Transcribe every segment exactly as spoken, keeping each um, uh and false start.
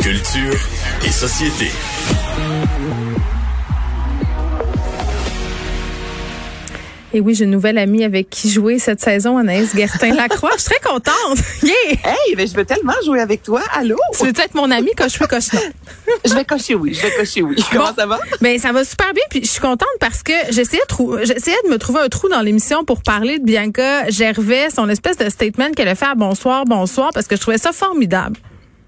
Culture et société. Et oui, j'ai une nouvelle amie avec qui jouer cette saison, Anaïs Gertin-Lacroix. Je suis très contente. Yeah! Hey, ben je veux tellement jouer avec toi. Allô? Tu veux être mon amie quand je fais coche non? Je vais cocher oui. Je vais cocher oui. Comment bon, ça va? Ben ça va super bien. Puis je suis contente parce que j'essayais de, trou- j'essayais de me trouver un trou dans l'émission pour parler de Bianca Gervais, son espèce de statement qu'elle a fait à Bonsoir, Bonsoir, parce que je trouvais ça formidable.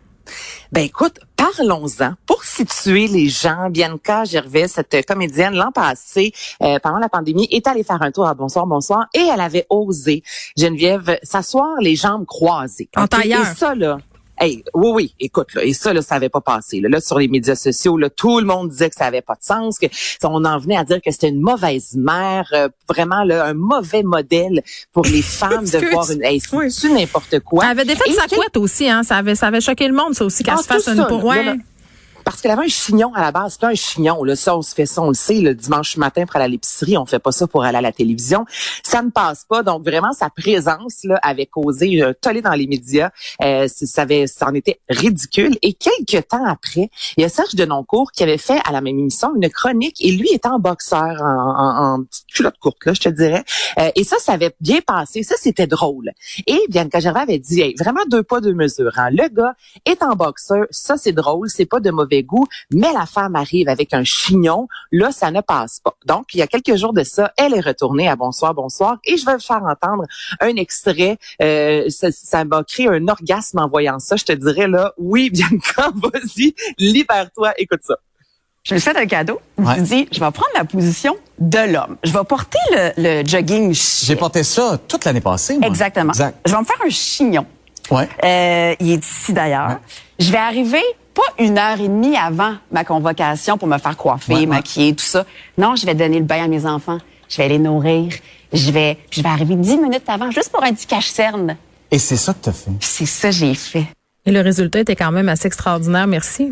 Ben écoute, parlons-en. Pour situer les gens, Bianca Gervais, cette comédienne, l'an passé, euh, pendant la pandémie, est allée faire un tour à Bonsoir, Bonsoir, et elle avait osé, Geneviève, s'asseoir les jambes croisées. En tailleur. Et ça, là... Hey, oui, oui, écoute, là, et ça, là, ça avait pas passé. Là, là, sur les médias sociaux, là, tout le monde disait que ça avait pas de sens, que on en venait à dire que c'était une mauvaise mère, euh, vraiment là, un mauvais modèle pour les femmes de voir une. Hey, oui. c'est n'importe quoi. Elle avait défait sa couette aussi, hein. Ça avait, ça avait choqué le monde, ça aussi, qu'elle ah, se fasse ça, une pour. Ouais. Là, là, parce qu'elle avait un chignon à la base. C'était un chignon. Là, ça, on se fait ça, on le sait, le dimanche matin pour aller à l'épicerie. On fait pas ça pour aller à la télévision. Ça ne passe pas. Donc, vraiment, sa présence là avait causé un tollé dans les médias. Euh, ça, avait, ça en était ridicule. Et quelques temps après, il y a Serge Denoncourt qui avait fait à la même émission une chronique. Et lui étant boxeur en, en, en petite culotte courte, là, je te dirais. Euh, et ça, ça avait bien passé. Ça, c'était drôle. Et Bianca Gervais avait dit, hey, vraiment deux pas, deux mesures. Hein. Le gars est en boxeur. Ça, c'est drôle. C'est pas de mauvais goût, mais la femme arrive avec un chignon, là, ça ne passe pas. Donc, il y a quelques jours de ça, elle est retournée à Bonsoir, Bonsoir, et je vais vous faire entendre un extrait. Euh, ça, ça m'a créé un orgasme en voyant ça. Je te dirais, là, oui, Bianca, vas-y, libère-toi, écoute ça. Je me fais un cadeau. Ouais. Je me dis, je vais prendre la position de l'homme. Je vais porter le, le jogging. J'ai porté ça toute l'année passée, moi. Exactement. Exact. Je vais me faire un chignon. Ouais. Euh, il est ici d'ailleurs. Ouais. Je vais arriver pas une heure et demie avant ma convocation pour me faire coiffer, Ouais, ouais. maquiller, tout ça. Non, je vais donner le bain à mes enfants. Je vais les nourrir. Je vais, puis je vais arriver dix minutes avant, juste pour un petit cache-cerne. Et c'est ça que t'as fait. Puis c'est ça que j'ai fait. Et le résultat était quand même assez extraordinaire. Merci.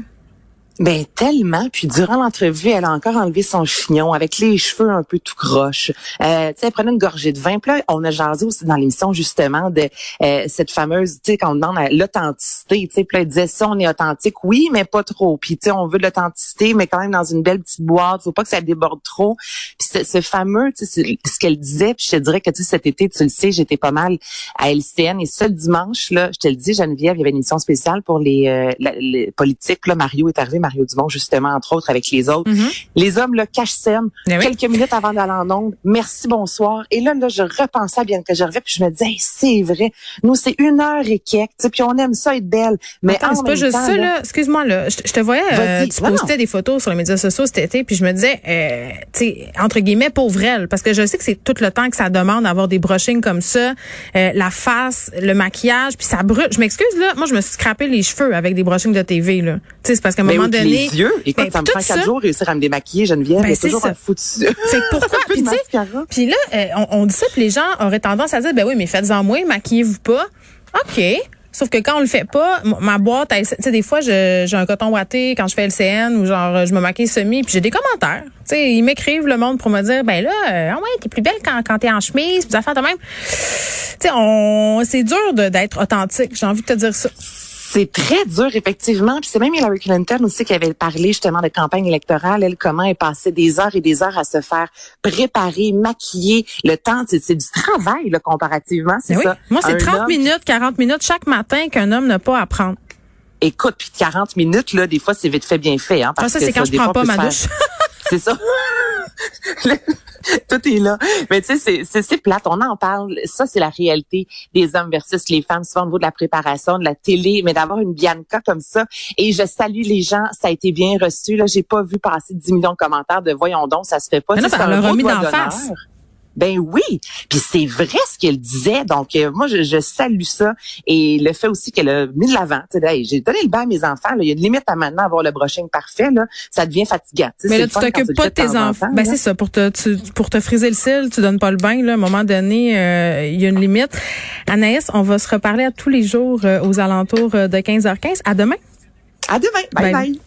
Ben tellement. Puis durant l'entrevue, elle a encore enlevé son chignon avec les cheveux un peu tout croche. Euh, tu sais, elle prenait une gorgée de vin. Puis là, on a jasé aussi dans l'émission justement de euh, cette fameuse, tu sais, quand on demande à l'authenticité. Tu sais, puis là, elle disait ça, on est authentique, oui, mais pas trop. Puis tu sais, on veut de l'authenticité, mais quand même dans une belle petite boîte. Faut pas que ça déborde trop. Puis ce, ce fameux, tu sais, ce qu'elle disait. Puis je te dirais que tu sais, cet été, tu le sais, j'étais pas mal à L C N. Et ce dimanche là, je te le dis, Geneviève, il y avait une émission spéciale pour les, euh, la, les politiques. Là, Mario est arrivé. Mario Dumont, justement, entre autres, avec les autres. Mm-hmm. Les hommes, là, cachent-scène, oui. quelques minutes avant d'aller en ondes. Merci, bonsoir. Et là, là, je repensais à Bianca Gervais, puis je me disais, hey, c'est vrai. Nous, c'est une heure et quelques, tu sais, puis on aime ça être belle. Mais Attends, en c'est même pas juste temps, ça, là. là. Excuse-moi, là. Je, je te voyais, euh, tu non, postais non. des photos sur les médias sociaux cet été, puis je me disais, euh, tu sais, entre guillemets, pauvre elle, parce que je sais que c'est tout le temps que ça demande d'avoir des brushings comme ça, euh, la face, le maquillage, puis ça brûle. Je m'excuse, là. Moi, je me suis scrappé les cheveux avec des brushings de T V, là. Tu sais, c'est parce qu'à un Mais moment oui, donné. les yeux. Écoute, ben, ça me prend quatre jours réussir à me démaquiller, Geneviève. Ben, il y a c'est toujours ça. un foutu. Fait que pourquoi? Puis tu sais, puis là, euh, on, on dit ça, puis les gens auraient tendance à dire, ben oui, mais faites-en moins, maquillez-vous pas. OK. Sauf que quand on le fait pas, ma boîte, tu sais, des fois, je, j'ai un coton ouaté quand je fais L C N ou genre, je me maquille semi, puis j'ai des commentaires. Tu sais, ils m'écrivent le monde pour me dire, ben là, euh, ah ouais, t'es plus belle quand, quand t'es en chemise, puis des affaires de même. Tu sais, on, c'est dur de, d'être authentique. J'ai envie de te dire ça. C'est très dur, effectivement. Puis c'est même Hillary Clinton aussi qui avait parlé justement de campagne électorale. Elle, comment elle passait des heures et des heures à se faire préparer, maquiller. Le temps, c'est, c'est du travail, là, comparativement. C'est oui. ça. Moi, c'est un trente homme... minutes, quarante minutes chaque matin qu'un homme n'a pas à prendre. Écoute, puis quarante minutes, là, des fois, c'est vite fait, bien fait. Hein, parce ah, ça, c'est que quand ça, je prends pas ma faire... douche. C'est ça. Tout est là. Mais tu sais, c'est, c'est, c'est plate. On en parle. Ça, c'est la réalité des hommes versus les femmes, souvent au niveau de la préparation, de la télé. Mais d'avoir une Bianca comme ça. Et je salue les gens. Ça a été bien reçu. Là, j'ai pas vu passer dix millions de commentaires de voyons donc, ça se fait pas. Mais non, c'est ben, un elle l'a remis doigt d'en d'honneur. face. Ben oui, puis c'est vrai ce qu'elle disait. Donc euh, moi je, je salue ça et le fait aussi qu'elle a mis de l'avant. Tu sais, hey, j'ai donné le bain à mes enfants. Là. Il y a une limite à maintenant avoir le brushing parfait. Là, ça devient fatigant. Tu sais, mais c'est là le tu fun t'occupes quand pas tu de le fais tes temps en enfants. temps, Ben là. c'est ça. Pour te tu, pour te friser le cil, tu donnes pas le bain. Là, à un moment donné, euh, il y a une limite. Anaïs, on va se reparler à tous les jours euh, aux alentours de quinze heures quinze. À demain. À demain. Bye bye. bye.